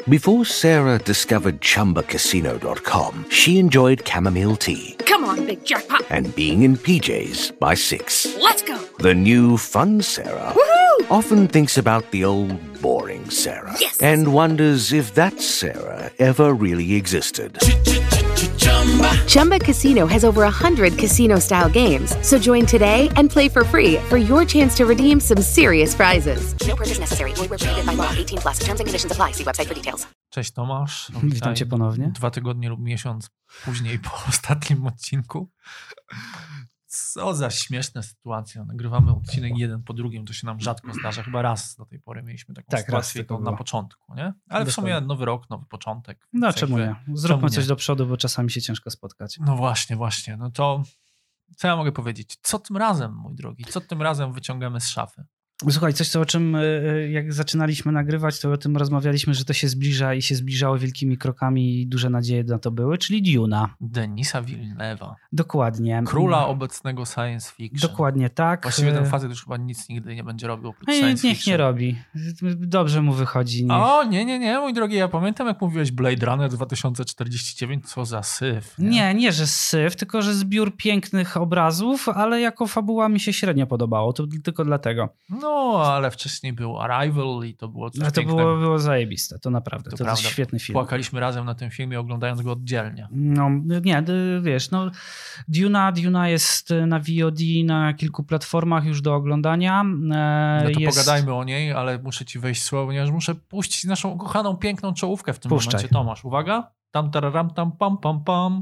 Before Sarah discovered ChumbaCasino.com, she enjoyed chamomile tea. Come on, big jackpot. And being in PJs by 6. Let's go. The new fun Sarah Woohoo! often thinks about the old boring Sarah. Yes. And wonders if that Sarah ever really existed. Chumba Casino has over 100 casino-style games. So join today and play for free for your chance to redeem some serious prizes. No purchase necessary. Void where prohibited by law. 18+. Terms and conditions apply. See website for details. Cześć Tomasz. Witam cię ponownie. 2 tygodnie lub miesiąc później po ostatnim odcinku. Co za śmieszna sytuacja. Nagrywamy odcinek jeden po drugim, to się nam rzadko zdarza. Chyba raz do tej pory mieliśmy taką sytuację to na początku, nie? Ale w sumie nowy rok, nowy początek. No czemu nie? Zróbmy coś do przodu, bo czasami się ciężko spotkać. No właśnie. No to co ja mogę powiedzieć? Co tym razem, mój drogi? Co tym razem wyciągamy z szafy? Słuchaj, coś o czym jak zaczynaliśmy nagrywać, to o tym rozmawialiśmy, że to się zbliża i się zbliżało wielkimi krokami i duże nadzieje na to były, czyli Duna. Denisa Villeneuve'a. Dokładnie. Króla obecnego science fiction. Dokładnie tak. Właściwie ten facet już chyba nic nigdy nie będzie robił oprócz science fiction. Niech nie robi. Dobrze mu wychodzi. O, nie, mój drogi, ja pamiętam jak mówiłeś Blade Runner 2049, co za syf. Nie, że syf, tylko że zbiór pięknych obrazów, ale jako fabuła mi się średnio podobało, to tylko dlatego. No, ale wcześniej był Arrival i to było coś pięknego. To było zajebiste, to naprawdę. To jest świetny film. Płakaliśmy razem na tym filmie, oglądając go oddzielnie. No, nie, wiesz, no Duna jest na VOD na kilku platformach już do oglądania. No to pogadajmy o niej, ale muszę ci wejść słowo, ponieważ muszę puścić naszą ukochaną, piękną czołówkę w tym momencie. Tomasz, uwaga. Tam, tararam, tam, pam, pam, pam.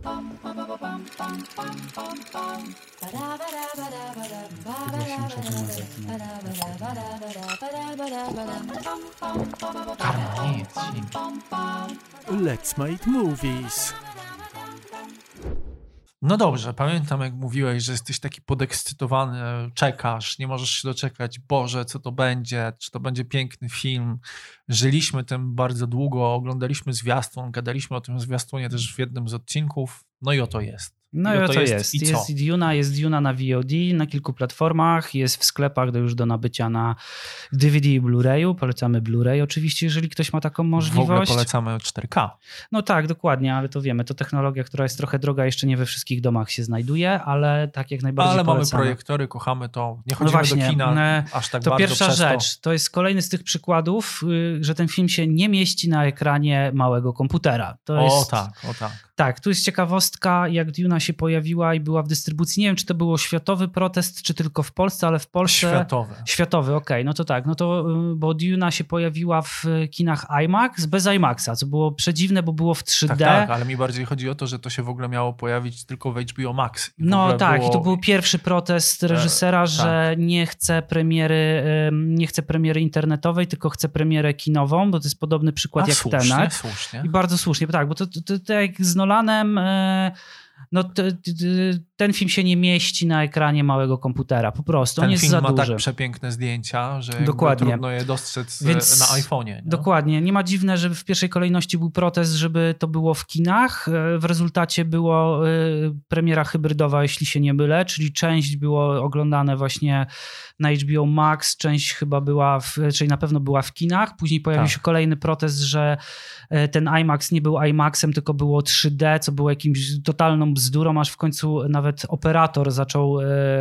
Let's make movies. No dobrze, pamiętam jak mówiłeś, że jesteś taki podekscytowany, czekasz, nie możesz się doczekać, Boże, co to będzie, czy to będzie piękny film. Żyliśmy tym bardzo długo, oglądaliśmy zwiastun, gadaliśmy o tym zwiastunie też w jednym z odcinków, no i oto jest. No i oto jest. Jest Duna na VOD, na kilku platformach, jest w sklepach już do nabycia na DVD i Blu-rayu. Polecamy Blu-ray oczywiście, jeżeli ktoś ma taką możliwość. W ogóle polecamy 4K. No tak, dokładnie, ale to wiemy, to technologia, która jest trochę droga, jeszcze nie we wszystkich domach się znajduje, ale tak jak najbardziej ale polecamy. Mamy projektory, kochamy to, nie chodzimy do kina aż tak to bardzo pierwsza rzecz, to jest kolejny z tych przykładów, że ten film się nie mieści na ekranie małego komputera. O tak. Tak, tu jest ciekawostka, jak Duna się pojawiła i była w dystrybucji. Nie wiem, czy to było światowy protest, czy tylko w Polsce, ale w Polsce... Światowy, okej, no to tak. No to, bo Duna się pojawiła w kinach IMAX bez IMAXa, co było przedziwne, bo było w 3D. Tak, ale mi bardziej chodzi o to, że to się w ogóle miało pojawić tylko w HBO Max. No tak, i to był pierwszy protest reżysera, że nie chce premiery internetowej, tylko chce premierę kinową, bo to jest podobny przykład jak Tenet. Słusznie. I bardzo słusznie, tak, bo to jak z Nolanem, no ten film się nie mieści na ekranie małego komputera, po prostu. On jest za duży. Ten film ma tak przepiękne zdjęcia, że trudno je dostrzec na iPhone'ie. Nie? Dokładnie. Nie ma dziwne, że w pierwszej kolejności był protest, żeby to było w kinach. W rezultacie była premiera hybrydowa, jeśli się nie mylę, czyli część było oglądane właśnie na HBO Max, część chyba była, czyli na pewno była w kinach. Później pojawił się kolejny protest, że ten IMAX nie był IMAXem, tylko było 3D, co było jakimś totalną bzdurą, aż w końcu nawet operator zaczął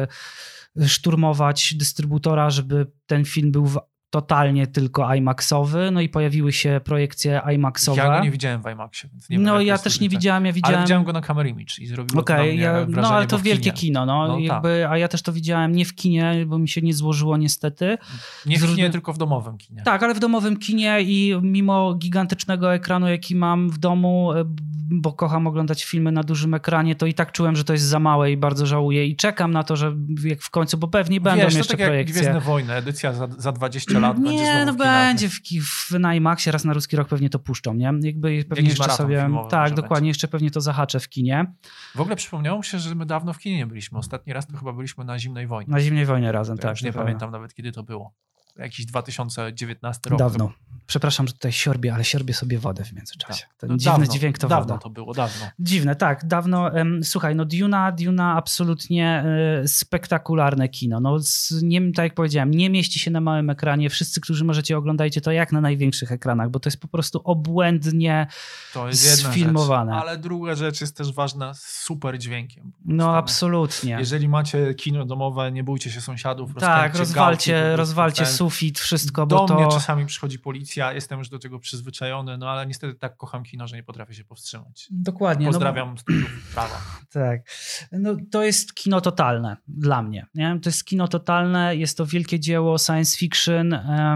szturmować dystrybutora, żeby ten film był totalnie tylko IMAXowy, no i pojawiły się projekcje IMAXowe. Ja go nie widziałem w IMAXie, więc nie wiem. No ja też nie widziałem, Ale widziałem go na Camera Image i zrobiło to na mnie wrażenie, no ale to kinie. wielkie kino, a ja też to widziałem nie w kinie, bo mi się nie złożyło niestety. Nie w kinie, tylko w domowym kinie. Tak, ale w domowym kinie i mimo gigantycznego ekranu, jaki mam w domu, bo kocham oglądać filmy na dużym ekranie, to i tak czułem, że to jest za małe i bardzo żałuję i czekam na to, że jak w końcu, bo pewnie będą jeszcze tak projekcje. Jak Gwiezdne Wojny, edycja za 20 lat będzie znowu no w kinach. będzie na IMAXie, raz na ruski rok pewnie to puszczą, nie? Jakby pewnie jeszcze sobie... Tak, dokładnie, jeszcze pewnie to zahaczę w kinie. W ogóle przypomniało mi się, że my dawno w kinie nie byliśmy. Ostatni raz to chyba byliśmy na Zimnej Wojnie. Na Zimnej Wojnie razem, tak. Już nie pamiętam nawet, kiedy to było. jakiś 2019 rok. Dawno. Przepraszam, że tutaj siorbię, ale siorbię sobie wodę w międzyczasie. Tak. Ten dziwny dźwięk to dawno woda. to było, dawno. Dziwne, tak, dawno. Słuchaj, no Duna absolutnie spektakularne kino. No, tak jak powiedziałem, nie mieści się na małym ekranie. Wszyscy, którzy możecie, oglądajcie to jak na największych ekranach, bo to jest po prostu obłędnie to jest jedna sfilmowane. Rzecz, ale druga rzecz jest też ważna, super dźwiękiem. No absolutnie. Jeżeli macie kino domowe, nie bójcie się sąsiadów, tak, rozwalcie sufit, wszystko, bo do mnie to... czasami przychodzi policja, jestem już do tego przyzwyczajony, no ale niestety tak kocham kino, że nie potrafię się powstrzymać. Dokładnie. Pozdrawiam studiów prawa. Tak. No, to jest kino totalne dla mnie. Nie? To jest kino totalne, jest to wielkie dzieło science fiction.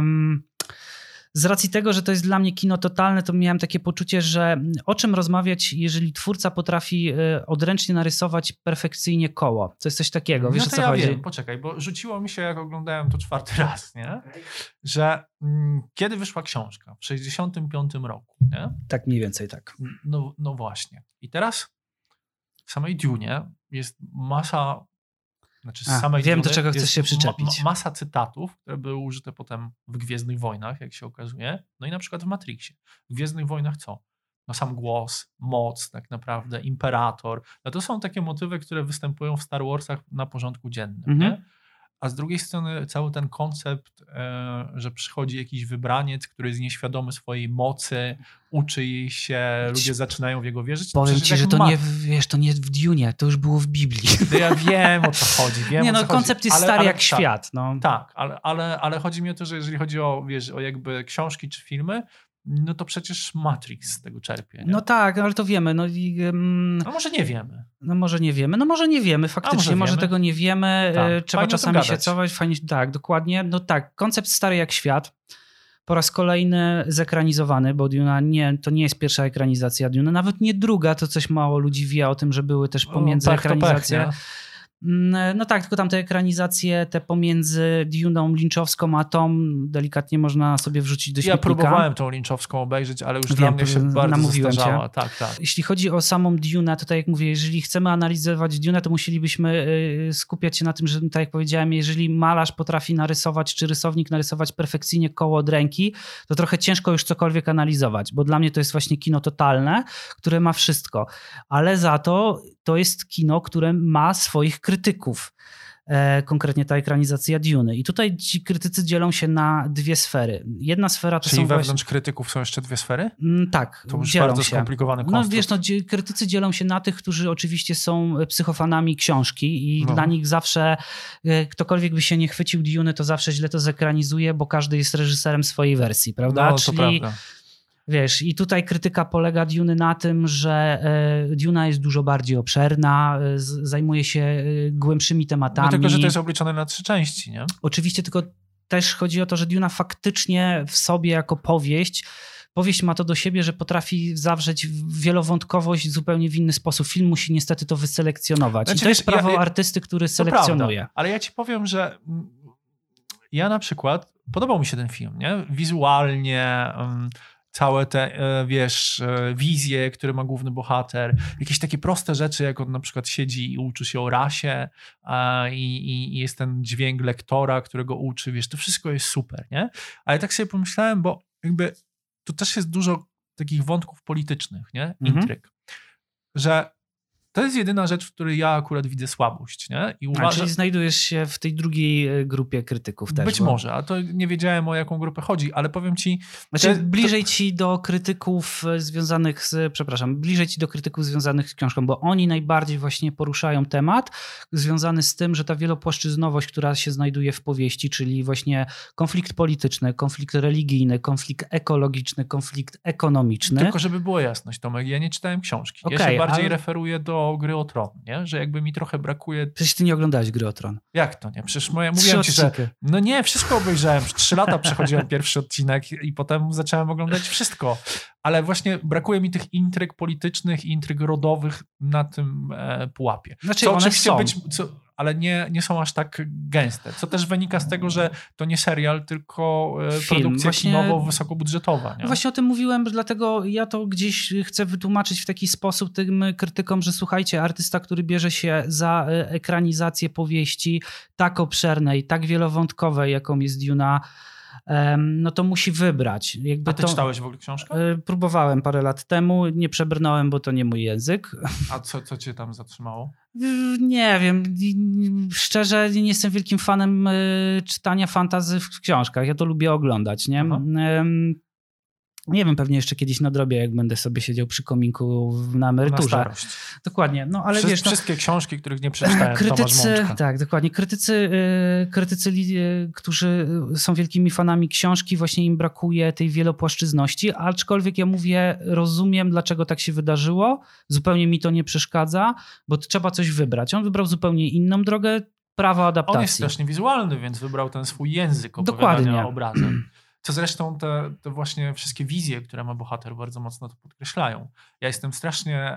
Z racji tego, że to jest dla mnie kino totalne, to miałem takie poczucie, że o czym rozmawiać, jeżeli twórca potrafi odręcznie narysować perfekcyjnie koło. To jest coś takiego, wiesz, no o to co ja chodzi? Wiem, poczekaj, bo rzuciło mi się, jak oglądałem to 4. raz, nie? Że kiedy wyszła książka? W 65 roku, nie? Tak mniej więcej tak. No właśnie. I teraz w samej Dunie jest masa... Znaczy wiem, do czego chcesz się przyczepić. Masa cytatów, które były użyte potem w Gwiezdnych Wojnach, jak się okazuje. No i na przykład w Matrixie. W Gwiezdnych Wojnach co? No sam głos, moc tak naprawdę, imperator. No to są takie motywy, które występują w Star Warsach na porządku dziennym, nie? A z drugiej strony cały ten koncept, że przychodzi jakiś wybraniec, który jest nieświadomy swojej mocy, uczy jej się, ludzie zaczynają w jego wierzyć. Powiem ci, że to nie w Dunie, to już było w Biblii. No ja wiem, o co chodzi. Koncept jest stary jak świat. No. Tak, ale chodzi mi o to, że jeżeli chodzi o jakby książki czy filmy, no to przecież Matrix z tego czerpie. Nie? No tak, ale to wiemy. No może nie wiemy. Może nie wiemy faktycznie, może tego nie wiemy. Tak. Trzeba Fajnie czasami się cofać. Fajnie, tak, dokładnie. No tak, koncept stary jak świat. Po raz kolejny zekranizowany, bo Duna to nie jest pierwsza ekranizacja Duna, nawet nie druga, to coś mało ludzi wie o tym, że były też pomiędzy ekranizacje. No tak, tylko tam te ekranizacje, te pomiędzy Duną lynchowską a tą, delikatnie można sobie wrzucić do śmietnika. Ja próbowałem tą lynchowską obejrzeć, ale już dla mnie się bardzo zestarzała. Tak. Jeśli chodzi o samą Dunę, to tak jak mówię, jeżeli chcemy analizować Dunę, to musielibyśmy skupiać się na tym, że tak jak powiedziałem, jeżeli malarz potrafi narysować, czy rysownik narysować perfekcyjnie koło od ręki, to trochę ciężko już cokolwiek analizować, bo dla mnie to jest właśnie kino totalne, które ma wszystko. Ale za to jest kino, które ma swoich krytyków. Konkretnie ta ekranizacja Duny. I tutaj ci krytycy dzielą się na dwie sfery. Jedna sfera to Czyli są wewnątrz krytyków są jeszcze dwie sfery? Tak. To już bardzo skomplikowany konstrukt. No wiesz, krytycy dzielą się na tych, którzy oczywiście są psychofanami książki i dla nich zawsze ktokolwiek by się nie chwycił Duny, to zawsze źle to zekranizuje, bo każdy jest reżyserem swojej wersji, prawda? No, to prawda. Wiesz, i tutaj krytyka polega Duny na tym, że Duna jest dużo bardziej obszerna, zajmuje się głębszymi tematami. No tylko, że to jest obliczone na 3 części, nie? Oczywiście, tylko też chodzi o to, że Duna faktycznie w sobie jako powieść ma to do siebie, że potrafi zawrzeć wielowątkowość zupełnie w inny sposób. Film musi niestety to wyselekcjonować. Znaczy, i to jest prawo artysty, który selekcjonuje. Prawda, ale ja ci powiem, że ja na przykład, podobał mi się ten film, nie? Wizualnie... Całe te, wizje, które ma główny bohater, jakieś takie proste rzeczy, jak on na przykład siedzi i uczy się o rasie i jest ten dźwięk lektora, którego uczy, to wszystko jest super, nie? Ale tak sobie pomyślałem, bo jakby tu też jest dużo takich wątków politycznych, nie? Intryg. Że to jest jedyna rzecz, w której ja akurat widzę słabość, nie? I czyli znajdujesz się w tej drugiej grupie krytyków też. Być może, a to nie wiedziałem, o jaką grupę chodzi, ale powiem ci... bliżej ci do krytyków związanych z książką, bo oni najbardziej właśnie poruszają temat związany z tym, że ta wielopłaszczyznowość, która się znajduje w powieści, czyli właśnie konflikt polityczny, konflikt religijny, konflikt ekologiczny, konflikt ekonomiczny. Tylko żeby było jasność, Tomek, ja nie czytałem książki. Ja się bardziej referuję do Gry o Tron, nie? Że jakby mi trochę brakuje... Przecież ty nie oglądałeś Gry o Tron. Jak to nie? Przecież mówiłem ci, że... No nie, wszystko obejrzałem. 3 lata przechodziłem pierwszy odcinek i potem zacząłem oglądać wszystko. Ale właśnie brakuje mi tych intryg politycznych i intryg rodowych na tym pułapie. Znaczy one są. Ale nie są aż tak gęste. Co też wynika z tego, że to nie serial, tylko produkcja kinowo wysokobudżetowa. Nie? Właśnie o tym mówiłem, dlatego ja to gdzieś chcę wytłumaczyć w taki sposób tym krytykom, że słuchajcie, artysta, który bierze się za ekranizację powieści tak obszernej, tak wielowątkowej, jaką jest Duna, no to musi wybrać. Jakby A ty czytałeś w ogóle książkę? Próbowałem parę lat temu, nie przebrnąłem, bo to nie mój język. A co cię tam zatrzymało? Nie wiem, szczerze nie jestem wielkim fanem czytania fantasy w książkach. Ja to lubię oglądać, nie? Nie wiem, pewnie jeszcze kiedyś nadrobię, jak będę sobie siedział przy kominku na emeryturze. Na starość. Dokładnie, no ale wiesz... Wszystkie książki, których nie przeczytałem, Tomasz Mączka. Tak, dokładnie. Krytycy, którzy są wielkimi fanami książki, właśnie im brakuje tej wielopłaszczyzności, aczkolwiek ja mówię, rozumiem, dlaczego tak się wydarzyło, zupełnie mi to nie przeszkadza, bo trzeba coś wybrać. On wybrał zupełnie inną drogę, prawo adaptacji. On jest strasznie wizualny, więc wybrał ten swój język opowiadania obrazem. Co zresztą te właśnie wszystkie wizje, które ma bohater, bardzo mocno to podkreślają. Ja jestem strasznie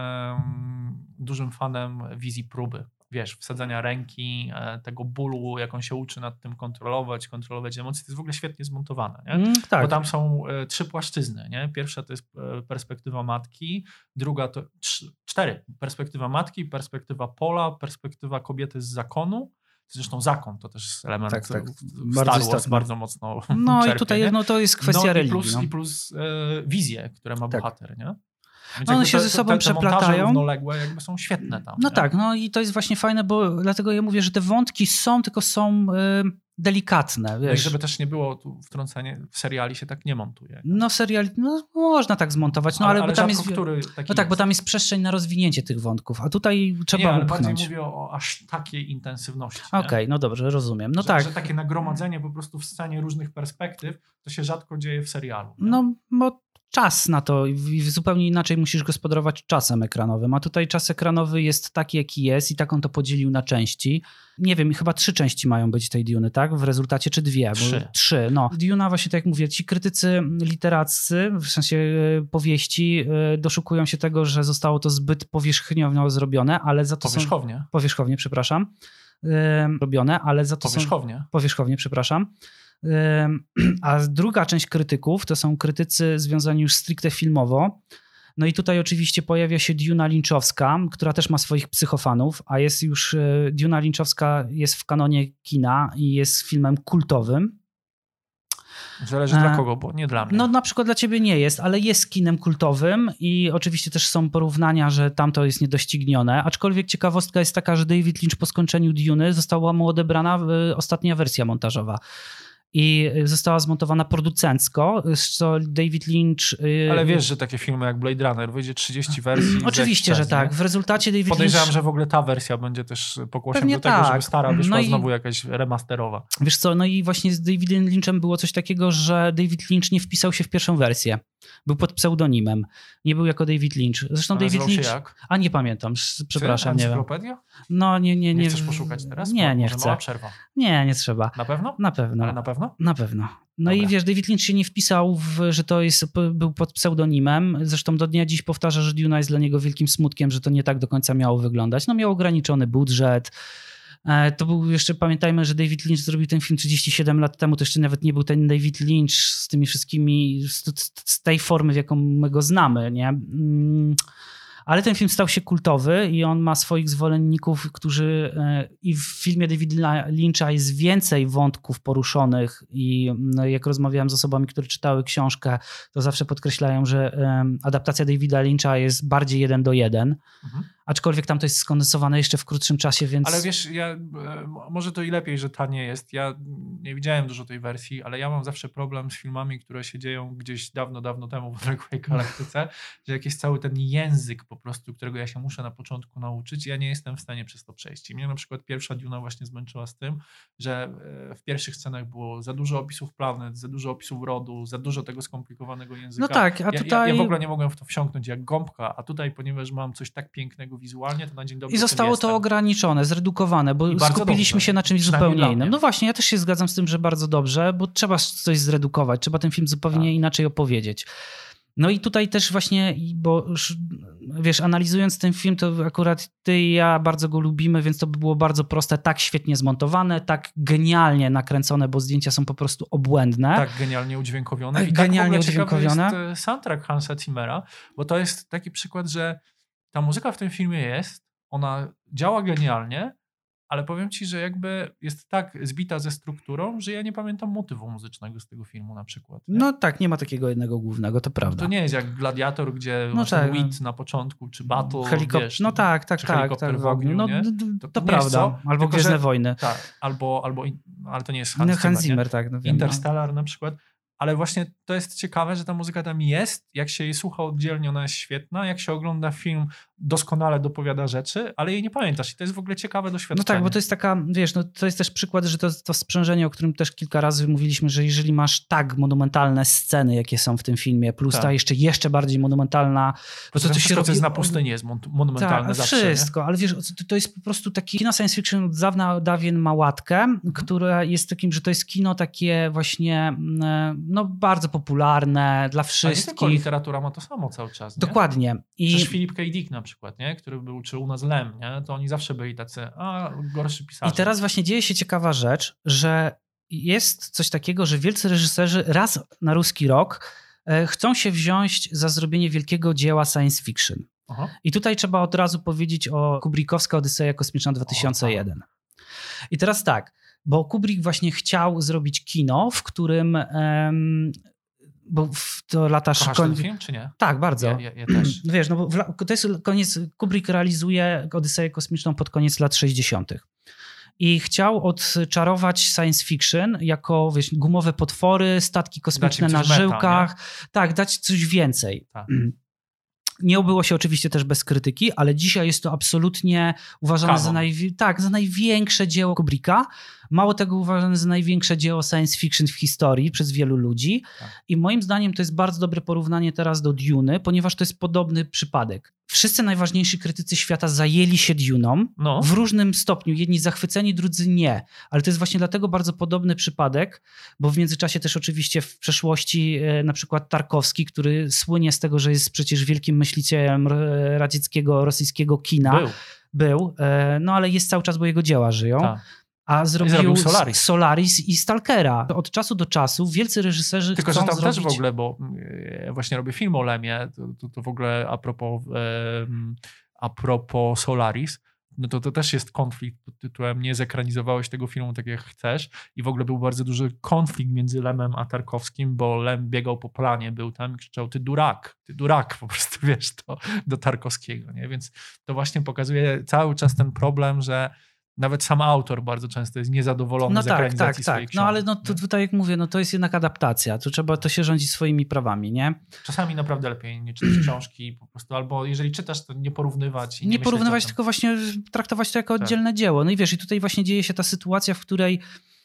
dużym fanem wizji próby. Wiesz, wsadzania ręki, tego bólu, jak on się uczy nad tym kontrolować emocje. To jest w ogóle świetnie zmontowane. Nie? Tak. Bo tam są 3 płaszczyzny. Nie? Pierwsza to jest perspektywa matki, druga to 4. Perspektywa matki, perspektywa Pola, perspektywa kobiety z zakonu. Zresztą zakon to też jest element Star Wars bardzo mocno No czerpie, i tutaj nie? to jest kwestia religii. I plus wizje, które ma bohater, nie? Więc one się ze sobą przeplatają. Równoległe jakby są świetne tam. No nie? Tak, no i to jest właśnie fajne, bo dlatego ja mówię, że te wątki tylko są delikatne. Wiesz. No i żeby też nie było tu wtrącenie, w seriali się tak nie montuje. Nie? No serial, można tak zmontować, no ale bo tam jest... No tak, bo tam jest przestrzeń na rozwinięcie tych wątków, a tutaj trzeba ale upchnąć. bardziej mówię o aż takiej intensywności. Okej, no dobrze, rozumiem. No że takie nagromadzenie po prostu w scenie różnych perspektyw, to się rzadko dzieje w serialu. Nie? No, bo czas na to i zupełnie inaczej musisz gospodarować czasem ekranowym, a tutaj czas ekranowy jest taki, jaki jest i tak on to podzielił na części. Nie wiem, chyba 3 części mają być tej Duny, tak? W rezultacie, czy 2? 3. No. Duna właśnie, tak jak mówię, ci krytycy literaccy, w sensie powieści, doszukują się tego, że zostało to zbyt powierzchniowo zrobione, ale za to powierzchownie, przepraszam. Robione, ale za to powierzchownie, przepraszam. A druga część krytyków to są krytycy związani już stricte filmowo. No i tutaj oczywiście pojawia się Duna Lynchowska, która też ma swoich psychofanów, a jest już Duna Lynchowska jest w kanonie kina i jest filmem kultowym. Zależy dla kogo, bo nie dla mnie. No na przykład dla ciebie nie jest, ale jest kinem kultowym i oczywiście też są porównania, że tamto jest niedoścignione, aczkolwiek ciekawostka jest taka, że David Lynch po skończeniu Duny została mu odebrana ostatnia wersja montażowa. I została zmontowana producencko, co David Lynch... Ale wiesz, że takie filmy jak Blade Runner wyjdzie 30 wersji. Oczywiście, że tak. W rezultacie David Podejrzewam, Lynch... że w ogóle ta wersja będzie też pokłosiem Pewnie do tego, tak. żeby stara wyszła znowu jakaś remasterowa. Wiesz co, no i właśnie z Davidem Lynchem było coś takiego, że David Lynch nie wpisał się w pierwszą wersję. Był pod pseudonimem. Nie był jako David Lynch. Zresztą David Lynch... jak? A nie pamiętam, przepraszam, nie wiem. Encyklopedia? No nie. Nie chcesz poszukać teraz? Nie chcę. Mała przerwa. Nie trzeba. Na pewno? Na pewno. Ale na pewno? Na pewno. No Dobra. I wiesz, David Lynch się nie wpisał, że był pod pseudonimem. Zresztą do dnia dziś powtarza, że Duna jest dla niego wielkim smutkiem, że to nie tak do końca miało wyglądać. No miał ograniczony budżet. To był jeszcze, pamiętajmy, że David Lynch zrobił ten film 37 lat temu, to jeszcze nawet nie był ten David Lynch z tymi wszystkimi, z tej formy, w jaką my go znamy, nie? Ale ten film stał się kultowy i on ma swoich zwolenników, którzy i w filmie Davida Lyncha jest więcej wątków poruszonych i jak rozmawiałem z osobami, które czytały książkę, to zawsze podkreślają, że adaptacja Davida Lyncha jest bardziej 1:1. Aczkolwiek tam to jest skondensowane jeszcze w krótszym czasie, więc... Ale wiesz, może to i lepiej, że ta nie jest. Ja nie widziałem dużo tej wersji, ale ja mam zawsze problem z filmami, które się dzieją gdzieś dawno temu w odległej galaktyce, że jak jest cały ten język po prostu, którego ja się muszę na początku nauczyć, ja nie jestem w stanie przez to przejść. I mnie na przykład pierwsza Duna właśnie zmęczyła z tym, że w pierwszych scenach było za dużo opisów planet, za dużo opisów rodu, za dużo tego skomplikowanego języka. No tak, a tutaj... Ja w ogóle nie mogłem w to wsiąknąć jak gąbka, a tutaj, ponieważ mam coś tak pięknego wizualnie, to na dzień dobry i zostało to ograniczone, zredukowane, bo skupiliśmy się na czymś zupełnie innym. No właśnie, ja też się zgadzam z tym, że bardzo dobrze, bo trzeba coś zredukować, trzeba ten film zupełnie inaczej opowiedzieć. No i tutaj też właśnie, bo wiesz, analizując ten film, to akurat ty i ja bardzo go lubimy, więc to by było bardzo proste, tak świetnie zmontowane, tak genialnie nakręcone, bo zdjęcia są po prostu obłędne. Tak genialnie udźwiękowione. I genialnie tak w ogóle udźwiękowione. ciekawy jest soundtrack Hansa Zimmera, bo to jest taki przykład, że ta muzyka w tym filmie jest, ona działa genialnie, ale powiem ci, że jakby jest tak zbita ze strukturą, że ja nie pamiętam motywu muzycznego z tego filmu na przykład. Nie? No tak, nie ma takiego jednego głównego, to prawda. To nie jest jak Gladiator, gdzie no masz tak. Wit na początku, czy Battle, wiesz, no tak, helikopter w ogniu, no, nie? To prawda. Albo Gwiezdne Wojny. Tak, ale to nie jest Hans Zimmer, tak. No wiem, Interstellar na przykład. Ale właśnie to jest ciekawe, że ta muzyka tam jest, jak się jej słucha oddzielnie, ona jest świetna, jak się ogląda film, doskonale dopowiada rzeczy, ale jej nie pamiętasz i to jest w ogóle ciekawe doświadczenie. No tak, bo to jest taka, wiesz, no to jest też przykład, że to sprzężenie, o którym też kilka razy mówiliśmy, że jeżeli masz tak monumentalne sceny, jakie są w tym filmie, plus ta jeszcze bardziej monumentalna... Bo to się robi, co jest na pustyni jest monumentalne tak, zawsze. Wszystko, nie? Ale wiesz, to jest po prostu taki kino science fiction od dawien ma łatkę, które jest takim, że to jest kino takie właśnie no bardzo popularne dla wszystkich. Ale nie tylko literatura ma to samo cały czas. Nie? Dokładnie. Przecież Philip K. Dick na przykład, nie? Który uczył u nas Lem, nie? To oni zawsze byli tacy, gorszy pisarze. I teraz właśnie dzieje się ciekawa rzecz, że jest coś takiego, że wielcy reżyserzy raz na ruski rok chcą się wziąć za zrobienie wielkiego dzieła science fiction. Aha. I tutaj trzeba od razu powiedzieć o Kubrickowska Odyseja Kosmiczna 2001. I teraz tak, bo Kubrick właśnie chciał zrobić kino, w którym... bo to lata... Kochasz ten film, czy nie? Tak, bardzo. Ja też. Wiesz, no bo to jest koniec... Kubrick realizuje Odyseję Kosmiczną pod koniec lat 60. I chciał odczarować science fiction jako, wiesz, gumowe potwory, statki kosmiczne na żyłkach. Tak, dać coś więcej. Tak. Nie obyło się oczywiście też bez krytyki, ale dzisiaj jest to absolutnie uważane za największe dzieło Kubricka. Mało tego, uważane za największe dzieło science fiction w historii przez wielu ludzi. Tak. I moim zdaniem to jest bardzo dobre porównanie teraz do Duny, ponieważ to jest podobny przypadek. Wszyscy najważniejsi krytycy świata zajęli się Duną w różnym stopniu. Jedni zachwyceni, drudzy nie. Ale to jest właśnie dlatego bardzo podobny przypadek, bo w międzyczasie też oczywiście w przeszłości na przykład Tarkowski, który słynie z tego, że jest przecież wielkim myślicielem radzieckiego, rosyjskiego kina. Był. No ale jest cały czas, bo jego dzieła żyją. Tak. A zrobił Solaris i Stalkera. Od czasu do czasu wielcy reżyserzy Tylko, chcą że tam zrobić... też w ogóle, bo właśnie robię film o Lemie, to w ogóle a propos Solaris, no to też jest konflikt pod tytułem nie zekranizowałeś tego filmu tak jak chcesz i w ogóle był bardzo duży konflikt między Lemem a Tarkowskim, bo Lem biegał po planie, był tam i krzyczał ty durak, po prostu wiesz to do Tarkowskiego, nie? Więc to właśnie pokazuje cały czas ten problem, że nawet sam autor bardzo często jest niezadowolony z ekranizacji swojej książki. No ale tutaj jak mówię, to jest jednak adaptacja. To się rządzi swoimi prawami, nie? Czasami naprawdę lepiej nie czytać książki po prostu, albo jeżeli czytasz, to nie porównywać. Nie porównywać, tylko właśnie traktować to jako oddzielne dzieło. No i wiesz, i tutaj właśnie dzieje się ta sytuacja, w której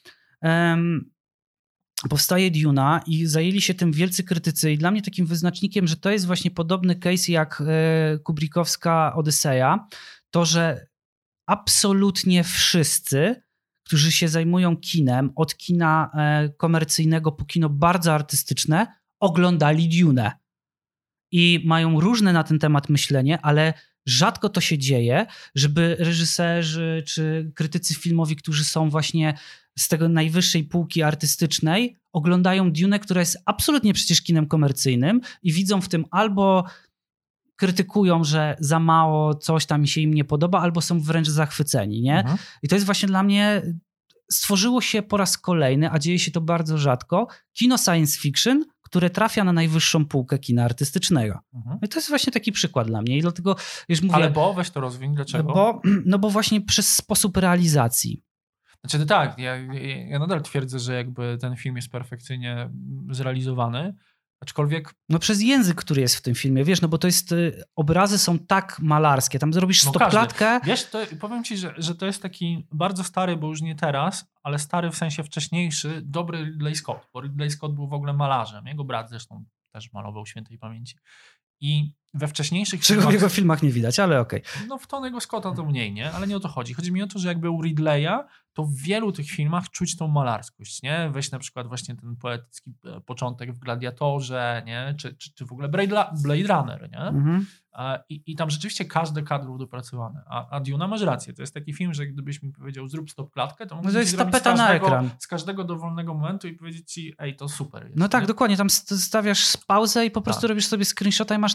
powstaje Duna i zajęli się tym wielcy krytycy i dla mnie takim wyznacznikiem, że to jest właśnie podobny case jak Kubrickowska Odyseja, to, że absolutnie wszyscy, którzy się zajmują kinem, od kina komercyjnego po kino bardzo artystyczne, oglądali Dune. I mają różne na ten temat myślenie, ale rzadko to się dzieje, żeby reżyserzy czy krytycy filmowi, którzy są właśnie z tego najwyższej półki artystycznej, oglądają Dune, która jest absolutnie przecież kinem komercyjnym i widzą w tym albo krytykują, że za mało coś tam się im nie podoba, albo są wręcz zachwyceni, nie? Mhm. I to jest właśnie dla mnie, stworzyło się po raz kolejny, a dzieje się to bardzo rzadko, kino science fiction, które trafia na najwyższą półkę kina artystycznego. Mhm. I to jest właśnie taki przykład dla mnie i dlatego już mówię... Ale weź to rozwiń, dlaczego? Bo właśnie przez sposób realizacji. Znaczy tak, ja nadal twierdzę, że jakby ten film jest perfekcyjnie zrealizowany, aczkolwiek... No przez język, który jest w tym filmie, wiesz, no bo to jest, obrazy są tak malarskie, tam zrobisz stopklatkę... Wiesz, to powiem ci, że to jest taki bardzo stary, bo już nie teraz, ale stary w sensie wcześniejszy, dobry Ridley Scott, bo Ridley Scott był w ogóle malarzem, jego brat zresztą też malował świętej pamięci. I we wcześniejszych filmach... Czego w jego filmach nie widać, ale okej. No w Tonego Scotta to mniej, nie? Ale nie o to chodzi. Chodzi mi o to, że jakby u Ridleya to w wielu tych filmach czuć tą malarskość, nie? Weź na przykład właśnie ten poetycki początek w Gladiatorze, nie? Czy w ogóle Blade Runner, nie? Mhm. I tam rzeczywiście każdy kadr był dopracowany. A Duna, masz rację, to jest taki film, że gdybyś mi powiedział zrób stopklatkę, to mógłbym jest tapeta na ekran. Z każdego dowolnego momentu i powiedzieć ci, ej, to super jest. No tak, dokładnie, tam stawiasz pauzę i po prostu robisz sobie screenshota i masz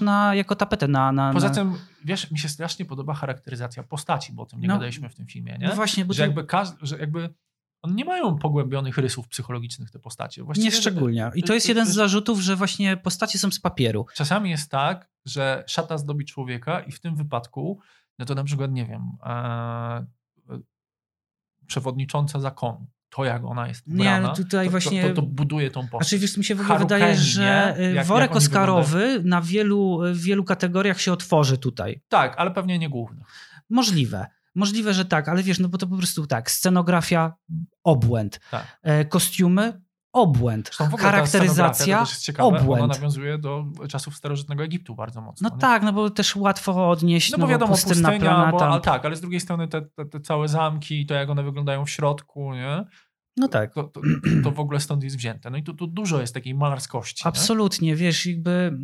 jako tapetę Poza tym, wiesz, mi się strasznie podoba charakteryzacja postaci, bo o tym nie gadaliśmy w tym filmie, nie? No właśnie, bo że jakby one nie mają pogłębionych rysów psychologicznych, te postacie. Nie szczególnie. I to jest jeden z zarzutów, że właśnie postacie są z papieru. Czasami jest tak, że szata zdobi człowieka i w tym wypadku, no to na przykład, nie wiem, przewodnicząca zakonu, to jak ona jest ubrana, nie, tutaj właśnie to buduje tą postać. Znaczy, wiesz, mi się w ogóle wydaje, że worek oscarowy na wielu kategoriach się otworzy tutaj. Tak, ale pewnie nie główny. Możliwe, że tak, ale wiesz, no bo to po prostu tak, scenografia, obłęd, tak. Kostiumy, obłęd, charakteryzacja, obłęd. Ona nawiązuje do czasów starożytnego Egiptu bardzo mocno. No nie? Tak, no bo też łatwo odnieść, no bo wiadomo, pustynna planeta. Ale tak, ale z drugiej strony te całe zamki, to jak one wyglądają w środku, nie? No tak. To w ogóle stąd jest wzięte. No i tu dużo jest takiej malarskości. Absolutnie, nie? Wiesz, jakby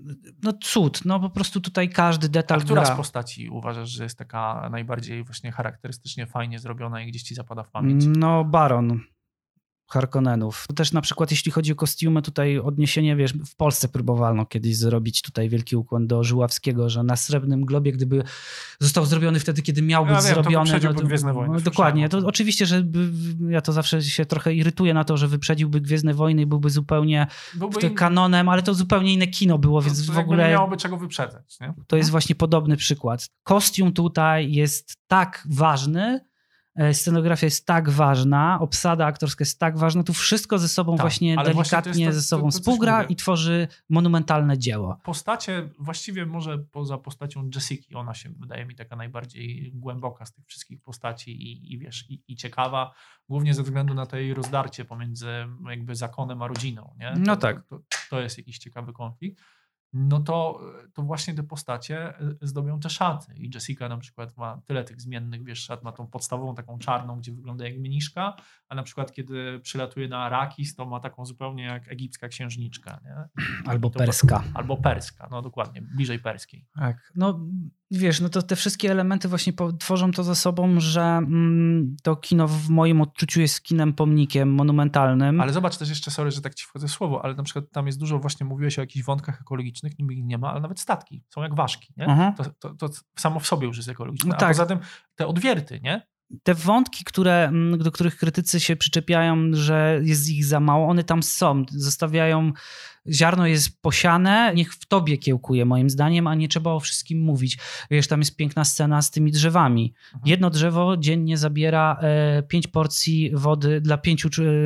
no cud, no po prostu tutaj każdy detal. A która z postaci uważasz, że jest taka najbardziej właśnie charakterystycznie fajnie zrobiona i gdzieś ci zapada w pamięć? No Baron Harkonnenów. Też na przykład jeśli chodzi o kostiumy, tutaj odniesienie, wiesz, w Polsce próbowano kiedyś zrobić tutaj wielki ukłon do Żuławskiego, że na Srebrnym Globie, gdyby został zrobiony wtedy, kiedy miał być zrobiony. To Gwiezdne Wojny. Dokładnie. To oczywiście, że ja to zawsze się trochę irytuję na to, że wyprzedziłby Gwiezdne Wojny i byłby zupełnie kanonem, ale to zupełnie inne kino było, więc w ogóle nie miałoby czego wyprzedzać. Nie? To jest właśnie podobny przykład. Kostium tutaj jest tak ważny, scenografia jest tak ważna, obsada aktorska jest tak ważna, tu wszystko ze sobą właśnie delikatnie ze sobą współgra i tworzy monumentalne dzieło. Postacie, właściwie może poza postacią Jessiki, ona się wydaje mi taka najbardziej głęboka z tych wszystkich postaci i wiesz, i ciekawa, głównie ze względu na to jej rozdarcie pomiędzy jakby zakonem a rodziną. Nie? No tak. To jest jakiś ciekawy konflikt. No to właśnie te postacie zdobią te szaty. I Jessica na przykład ma tyle tych zmiennych, wiesz, szat, ma tą podstawową taką czarną, gdzie wygląda jak mniszka, a na przykład kiedy przylatuje na Arrakis, to ma taką zupełnie jak egipska księżniczka. Nie? Albo perska. Albo perska, no dokładnie, bliżej perskiej. Tak, no wiesz, no to te wszystkie elementy właśnie tworzą to ze sobą, że to kino w moim odczuciu jest kinem pomnikiem monumentalnym. Ale zobacz też jeszcze, sorry, że tak ci wchodzę w słowo, ale na przykład tam jest dużo, właśnie mówiłeś o jakichś wątkach ekologicznych, niby ich nie ma, ale nawet statki są jak ważki, nie? To samo w sobie już jest ekologiczne. No a tak. Poza tym te odwierty, nie? Te wątki, do których krytycy się przyczepiają, że jest ich za mało, one tam są. Zostawiają, ziarno jest posiane, niech w tobie kiełkuje moim zdaniem, a nie trzeba o wszystkim mówić. Wiesz, tam jest piękna scena z tymi drzewami. Jedno drzewo dziennie zabiera 5 porcji wody dla 5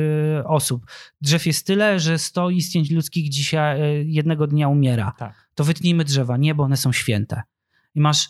osób. Drzew jest tyle, że 100 istnień ludzkich dzisiaj jednego dnia umiera. Tak. To wytnijmy drzewa, nie, bo one są święte. I masz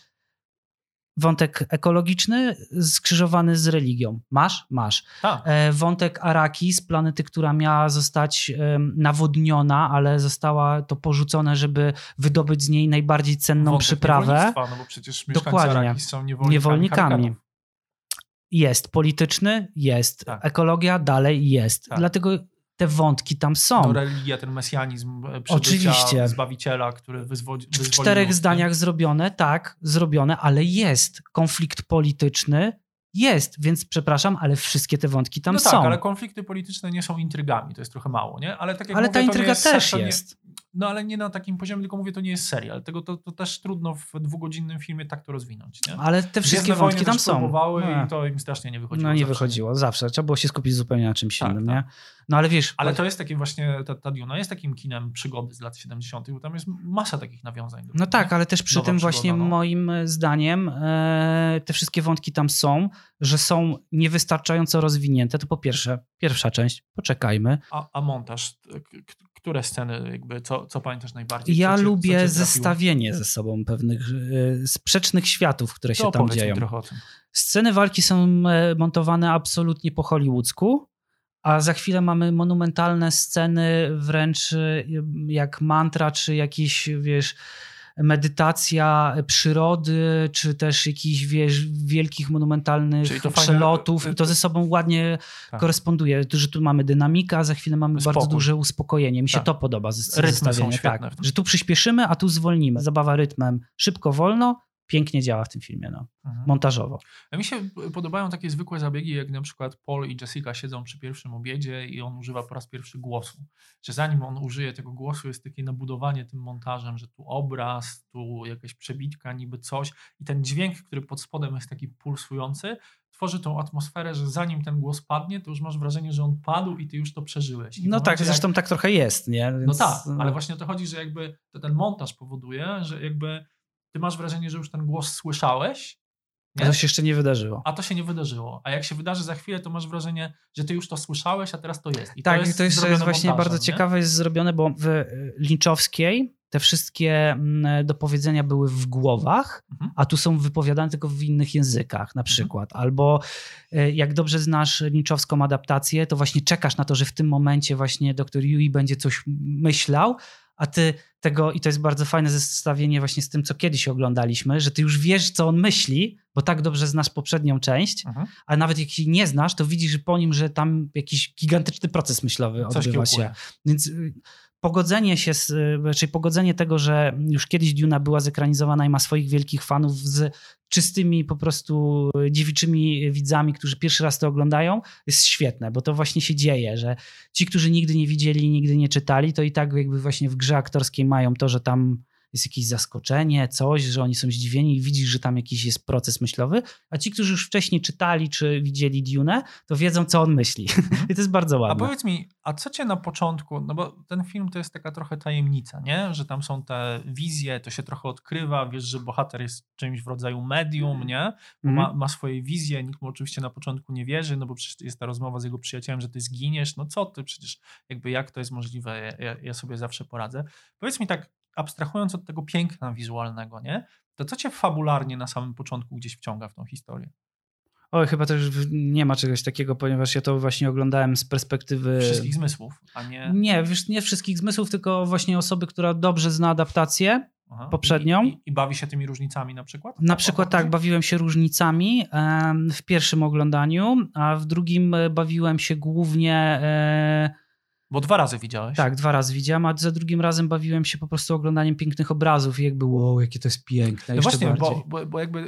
wątek ekologiczny skrzyżowany z religią. Masz. Tak. Wątek Arrakis, planety, która miała zostać nawodniona, ale została to porzucone, żeby wydobyć z niej najbardziej cenną wątek przyprawę. No bo przecież mieszkańcy Arrakis są niewolnikami. Jest polityczny, jest. Tak. Ekologia dalej jest. Tak. Dlatego te wątki tam są. No, religia, ten mesjanizm przybycia Zbawiciela, który wyzwolił... W 4 zdaniach zrobione, ale jest. Konflikt polityczny jest, więc przepraszam, ale wszystkie te wątki tam są. No tak, ale konflikty polityczne nie są intrygami, to jest trochę mało, nie? Ale tak jak mówię, ta intryga też jest. No ale nie na takim poziomie, tylko mówię, to nie jest serial. To też trudno w 2-godzinnym filmie tak to rozwinąć, nie? Ale te wszystkie wątki tam są. I to im strasznie nie wychodziło. No nie wychodziło, zawsze. Trzeba było się skupić zupełnie na czymś innym, nie? No ale wiesz... Ale to jest takie właśnie, ta Duna jest takim kinem przygody z lat 70., bo tam jest masa takich nawiązań. No tak, ale też przy tym właśnie moim zdaniem te wszystkie wątki tam są, że są niewystarczająco rozwinięte. To po pierwsza część, poczekajmy. A montaż, które sceny, jakby, co pamiętasz najbardziej? Ja lubię zestawienie ze sobą pewnych sprzecznych światów, które się tam dzieją. Trochę o tym. Sceny walki są montowane absolutnie po hollywoodzku, a za chwilę mamy monumentalne sceny wręcz jak mantra, czy jakieś, wiesz, medytacja przyrody, czy też jakichś, wiesz, wielkich, monumentalnych przelotów i to ze sobą ładnie koresponduje. Że tu mamy dynamikę, a za chwilę mamy bardzo duże uspokojenie. Mi się to podoba. Rytmy są świetne. Że tu przyspieszymy, a tu zwolnimy. Zabawa rytmem szybko, wolno, pięknie działa w tym filmie, montażowo. A mi się podobają takie zwykłe zabiegi, jak na przykład Paul i Jessica siedzą przy pierwszym obiedzie i on używa po raz pierwszy głosu. Że zanim on użyje tego głosu, jest takie nabudowanie tym montażem, że tu obraz, tu jakaś przebitka, niby coś i ten dźwięk, który pod spodem jest taki pulsujący, tworzy tą atmosferę, że zanim ten głos padnie, to już masz wrażenie, że on padł i ty już to przeżyłeś. I tak, zresztą tak trochę jest, nie? Więc, no tak, ale właśnie o to chodzi, że jakby ten montaż powoduje, że jakby ty masz wrażenie, że już ten głos słyszałeś, nie? A to się jeszcze nie wydarzyło. A to się nie wydarzyło. A jak się wydarzy za chwilę, to masz wrażenie, że ty już to słyszałeś, a teraz to jest. I tak, to jest właśnie montażem, bardzo nie? ciekawe jest zrobione, bo w Lynchowskiej te wszystkie dopowiedzenia były w głowach, a tu są wypowiadane tylko w innych językach na przykład. Albo jak dobrze znasz lynchowską adaptację, to właśnie czekasz na to, że w tym momencie właśnie dr Yui będzie coś myślał, a ty tego, i to jest bardzo fajne zestawienie właśnie z tym, co kiedyś oglądaliśmy, że ty już wiesz, co on myśli, bo tak dobrze znasz poprzednią część, a nawet jak się nie znasz, to widzisz po nim, że tam jakiś gigantyczny proces myślowy odbywa się. Więc pogodzenie tego, że już kiedyś Duna była zekranizowana i ma swoich wielkich fanów z czystymi po prostu dziewiczymi widzami, którzy pierwszy raz to oglądają, jest świetne, bo to właśnie się dzieje, że ci, którzy nigdy nie widzieli, nigdy nie czytali, to i tak jakby właśnie w grze aktorskiej mają to, że tam jest jakieś zaskoczenie, coś, że oni są zdziwieni i widzisz, że tam jakiś jest proces myślowy, a ci, którzy już wcześniej czytali czy widzieli Dune, to wiedzą, co on myśli. I to jest bardzo ładne. A powiedz mi, a co cię na początku, no bo ten film to jest taka trochę tajemnica, nie? Że tam są te wizje, to się trochę odkrywa, wiesz, że bohater jest czymś w rodzaju medium, nie? Ma swoje wizje, nikt mu oczywiście na początku nie wierzy, no bo przecież jest ta rozmowa z jego przyjacielem, że ty zginiesz, no co ty, przecież jakby jak to jest możliwe, ja sobie zawsze poradzę. Powiedz mi tak, abstrahując od tego piękna wizualnego, nie? To co cię fabularnie na samym początku gdzieś wciąga w tą historię? Oj, chyba też nie ma czegoś takiego, ponieważ ja to właśnie oglądałem z perspektywy... Wszystkich zmysłów, a nie... Nie, wiesz, nie wszystkich zmysłów, tylko właśnie osoby, która dobrze zna adaptację poprzednią. I bawi się tymi różnicami na przykład? Na przykład tak, bawiłem się różnicami w pierwszym oglądaniu, a w drugim bawiłem się głównie... Bo 2 razy widziałeś? Tak, 2 razy widziałem, a za drugim razem bawiłem się po prostu oglądaniem pięknych obrazów i jakby wow, jakie to jest piękne. No właśnie, bo jakby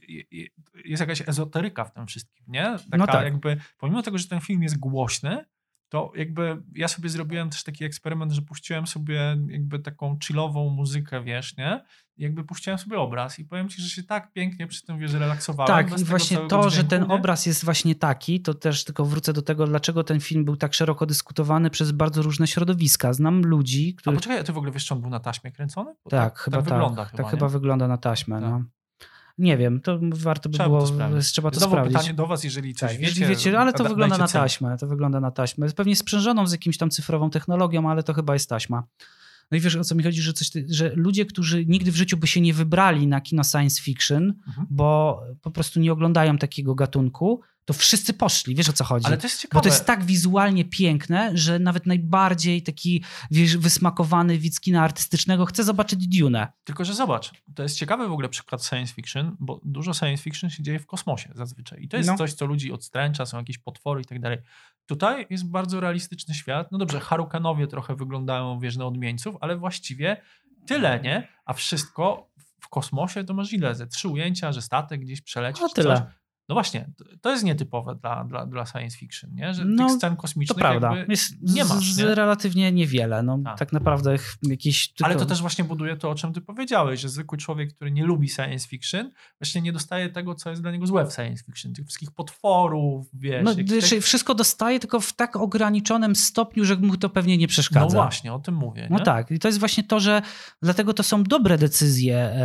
jest jakaś ezoteryka w tym wszystkim, nie? Taka jakby, pomimo tego, że ten film jest głośny, to jakby ja sobie zrobiłem też taki eksperyment, że puściłem sobie jakby taką chillową muzykę, wiesz, nie? Jakby puściłem sobie obraz i powiem ci, że się tak pięknie przy tym, wiesz, relaksowałem. Tak, i właśnie to, dźwięku, że ten obraz jest właśnie taki, to też tylko wrócę do tego, dlaczego ten film był tak szeroko dyskutowany przez bardzo różne środowiska. Znam ludzi, którzy... A poczekaj, a ty w ogóle wiesz, czy on był na taśmie kręcony? Bo tak, chyba tak. Wygląda chyba, tak chyba wygląda na taśmę, tak. No. Nie wiem, to warto by było, trzeba to sprawdzić. Pytanie do was, jeżeli coś wiecie, ale to wygląda na taśmę, to wygląda na taśmę. Pewnie sprzężoną z jakimś tam cyfrową technologią, ale to chyba jest taśma. No i wiesz, o co mi chodzi, że ludzie, którzy nigdy w życiu by się nie wybrali na kino science fiction, bo po prostu nie oglądają takiego gatunku, to wszyscy poszli, wiesz o co chodzi. Ale to jest ciekawe. Bo to jest tak wizualnie piękne, że nawet najbardziej taki, wiesz, wysmakowany widz kina artystycznego chce zobaczyć Dune. Tylko, że zobacz, to jest ciekawy w ogóle przykład science fiction, bo dużo science fiction się dzieje w kosmosie zazwyczaj. I to jest coś, co ludzi odstręcza, są jakieś potwory i tak dalej. Tutaj jest bardzo realistyczny świat. No dobrze, Harukanowie trochę wyglądają, wiesz, na odmieńców, ale właściwie tyle, nie? A wszystko w kosmosie to masz ile? Ze 3 ujęcia, że statek gdzieś przeleci. No tyle. Coś. No właśnie, to jest nietypowe dla science fiction, nie? Że tych scen kosmicznych to prawda. Nie masz. Nie? Relatywnie niewiele. No, tak naprawdę jakieś... Tylko... Ale to też właśnie buduje to, o czym ty powiedziałeś, że zwykły człowiek, który nie lubi science fiction, właśnie nie dostaje tego, co jest dla niego złe w science fiction. Tych wszystkich potworów, wiesz. Wszystko dostaje, tylko w tak ograniczonym stopniu, że mu to pewnie nie przeszkadza. No właśnie, o tym mówię. No nie? tak. I to jest właśnie to, że dlatego to są dobre decyzje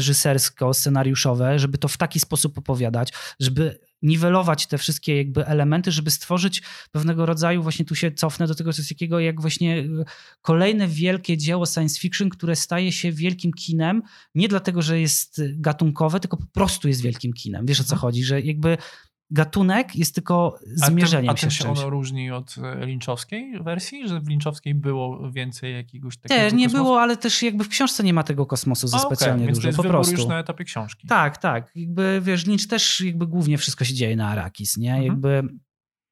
reżysersko-scenariuszowe, żeby to w taki sposób opowiadać, żeby niwelować te wszystkie jakby elementy, żeby stworzyć pewnego rodzaju, właśnie tu się cofnę do tego coś takiego jak właśnie kolejne wielkie dzieło science fiction, które staje się wielkim kinem, nie dlatego, że jest gatunkowe, tylko po prostu jest wielkim kinem. Wiesz o co chodzi, że jakby gatunek jest tylko zmierzeniem się z czymś. A tym się ono różni od lynchowskiej wersji? Że w lynchowskiej było więcej jakiegoś takiego nie kosmosu? Było, ale też jakby w książce nie ma tego kosmosu za specjalnie więc dużo. To jest po wybór prostu. Już na etapie książki. Tak. Jakby wiesz, Lynch też jakby głównie wszystko się dzieje na Arrakis, nie? Jakby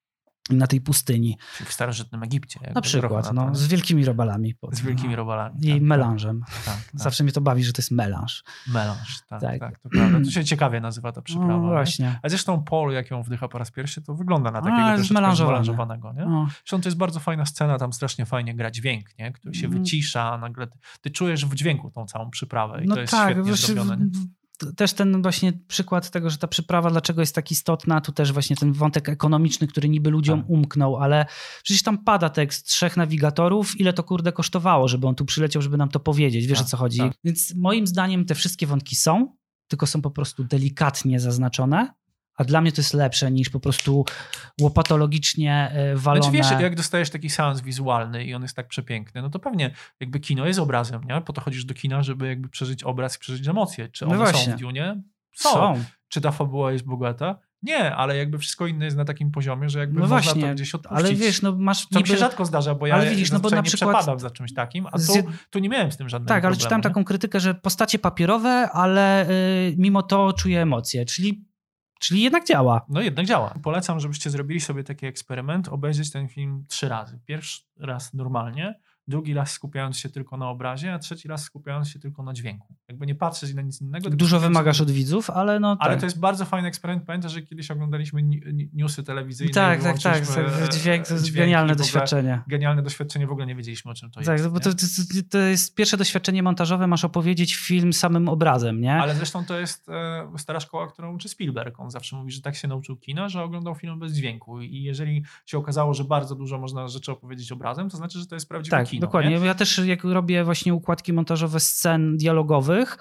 na tej pustyni. W starożytnym Egipcie. Na przykład, z wielkimi robalami. Z wielkimi robalami. I melanżem. Tak. Zawsze mnie to bawi, że to jest melanż. Melanż, tak, to prawda. To się ciekawie nazywa ta przyprawa. No właśnie. A zresztą Paul, jak ją wdycha po raz pierwszy, to wygląda na takiego troszeczkę zmelanżowanego. Nie? Zresztą to jest bardzo fajna scena, tam strasznie fajnie gra dźwięk, nie? Który się wycisza, nagle ty czujesz w dźwięku tą całą przyprawę i to jest świetnie zrobione. Nie? Też ten właśnie przykład tego, że ta przyprawa dlaczego jest tak istotna, tu też właśnie ten wątek ekonomiczny, który niby ludziom umknął, ale przecież tam pada tekst 3 nawigatorów, ile to kurde kosztowało, żeby on tu przyleciał, żeby nam to powiedzieć, wiesz o co chodzi. Tak. Więc moim zdaniem te wszystkie wątki są, tylko są po prostu delikatnie zaznaczone, a dla mnie to jest lepsze niż po prostu łopatologicznie walone. Znaczy wiesz, jak dostajesz taki seans wizualny i on jest tak przepiękny, no to pewnie jakby kino jest obrazem, nie? Po to chodzisz do kina, żeby jakby przeżyć obraz i przeżyć emocje. Czy one są w Dunie? Są. Czy ta fabuła jest bogata? Nie, ale jakby wszystko inne jest na takim poziomie, że jakby można to gdzieś odpuścić. Ale wiesz, masz to mi się rzadko zdarza, bo ja widzisz, bo na przykład nie przepadam za czymś takim, a tu nie miałem z tym żadnego problemu. Tak, ale czytałem taką krytykę, że postacie papierowe, ale mimo to czuję emocje, czyli jednak działa. No jednak działa. Polecam, żebyście zrobili sobie taki eksperyment, obejrzeć ten film 3 razy. Pierwszy raz normalnie, drugi raz skupiając się tylko na obrazie, a trzeci raz skupiając się tylko na dźwięku. Jakby nie patrzeć na nic innego. Dużo wymagasz od widzów, ale no Ale tak. to jest bardzo fajny eksperyment. Pamiętasz, że kiedyś oglądaliśmy newsy telewizyjne. Tak. Dźwięk to jest genialne doświadczenie. Genialne doświadczenie, w ogóle nie wiedzieliśmy, o czym to jest. Tak, bo to jest pierwsze doświadczenie montażowe, masz opowiedzieć film samym obrazem, nie? Ale zresztą to jest stara szkoła, którą uczy Spielberg. On zawsze mówi, że tak się nauczył kina, że oglądał film bez dźwięku i jeżeli się okazało, że bardzo dużo można rzeczy opowiedzieć obrazem, to znaczy, że to jest prawdziwe kino. Dokładnie. Nie? Ja też jak robię właśnie układki montażowe scen dialogowych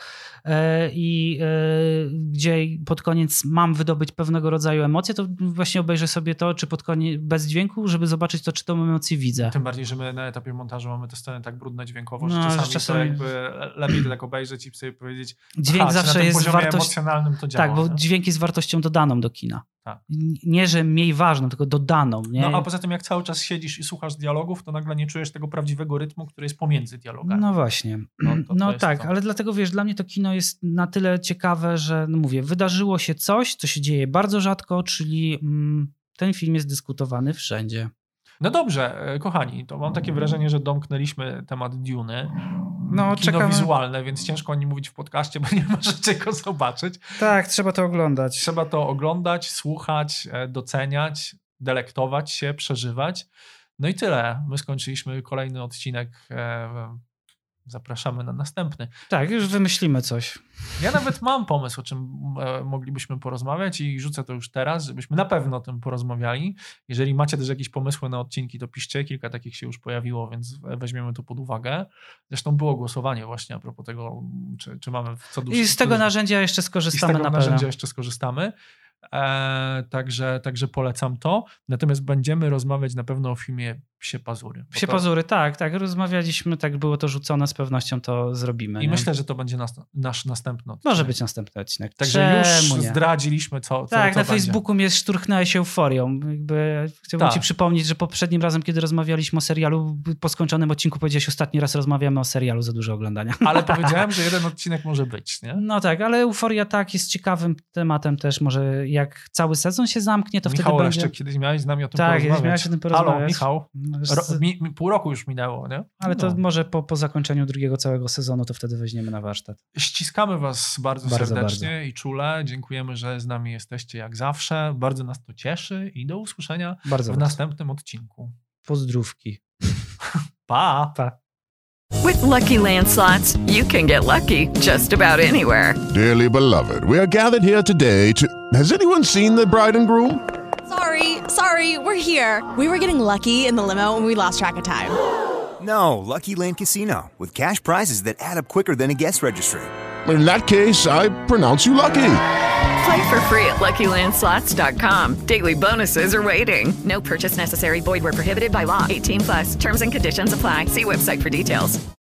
gdzie pod koniec mam wydobyć pewnego rodzaju emocje, to właśnie obejrzę sobie to, czy pod koniec bez dźwięku, żeby zobaczyć to, czy tą emocję widzę. Tym bardziej, że my na etapie montażu mamy te sceny tak brudne dźwiękowo, że czasami to jakby lepiej to tak obejrzeć i sobie powiedzieć, dźwięk zawsze jest emocjonalnym to działa. Tak, bo dźwięk jest wartością dodaną do kina. Tak. Nie, że mniej ważną, tylko dodaną. Nie? No a poza tym jak cały czas siedzisz i słuchasz dialogów, to nagle nie czujesz tego prawdziwego rytmu, który jest pomiędzy dialogami. No właśnie. To tak, ale dlatego wiesz, dla mnie to kino jest na tyle ciekawe, że no mówię, wydarzyło się coś, co się dzieje bardzo rzadko, czyli ten film jest dyskutowany wszędzie. No dobrze, kochani, to mam takie wrażenie, że domknęliśmy temat Duny. No, kino wizualne, więc ciężko o nim mówić w podcaście, bo nie możecie go zobaczyć. Tak, trzeba to oglądać. Trzeba to oglądać, słuchać, doceniać, delektować się, przeżywać. No i tyle. My skończyliśmy kolejny odcinek. Zapraszamy na następny. Tak, już wymyślimy coś. Ja nawet mam pomysł, o czym moglibyśmy porozmawiać i rzucę to już teraz, żebyśmy na pewno o tym porozmawiali. Jeżeli macie też jakieś pomysły na odcinki, to piszcie. Kilka takich się już pojawiło, więc weźmiemy to pod uwagę. Zresztą było głosowanie właśnie a propos tego, czy mamy co dłużej. I z tego narzędzia jeszcze skorzystamy na pewno. Z tego narzędzia jeszcze skorzystamy. Także polecam to. Natomiast będziemy rozmawiać na pewno o filmie Psie Pazury. Psie Pazury, tak. Rozmawialiśmy, tak było to rzucone, z pewnością to zrobimy. I myślę, że to będzie nasz następny odcinek. Może być następny odcinek. Także już zdradziliśmy, co tak, co na Facebooku mnie szturchnęłeś euforią. Chciałbym ci przypomnieć, że poprzednim razem, kiedy rozmawialiśmy o serialu, po skończonym odcinku powiedziałeś, ostatni raz rozmawiamy o serialu, za dużo oglądania. Ale powiedziałem, że jeden odcinek może być, nie? No tak, ale euforia tak jest ciekawym tematem też. Może jak cały sezon się zamknie, to Michał wtedy będzie... Leszczyk, kiedyś miałeś z nami o tym porozmawiać. Tak, kiedyś miałeś o tym porozmawiać. Halo, Michał. Pół roku już minęło, nie? Ale to może po zakończeniu drugiego całego sezonu to wtedy weźmiemy na warsztat. Ściskamy was bardzo serdecznie i czule. Dziękujemy, że z nami jesteście jak zawsze. Bardzo nas to cieszy i do usłyszenia w następnym odcinku. Pozdrówki. Pa! Pa. With Lucky Land Slots, you can get lucky just about anywhere. Dearly beloved, we are gathered here today to... Has anyone seen the bride and groom? Sorry, we're here. We were getting lucky in the limo and we lost track of time. No, Lucky Land Casino, with cash prizes that add up quicker than a guest registry. In that case, I pronounce you lucky. Play for free at LuckyLandSlots.com. Daily bonuses are waiting. No purchase necessary. Void where prohibited by law. 18+. Terms and conditions apply. See website for details.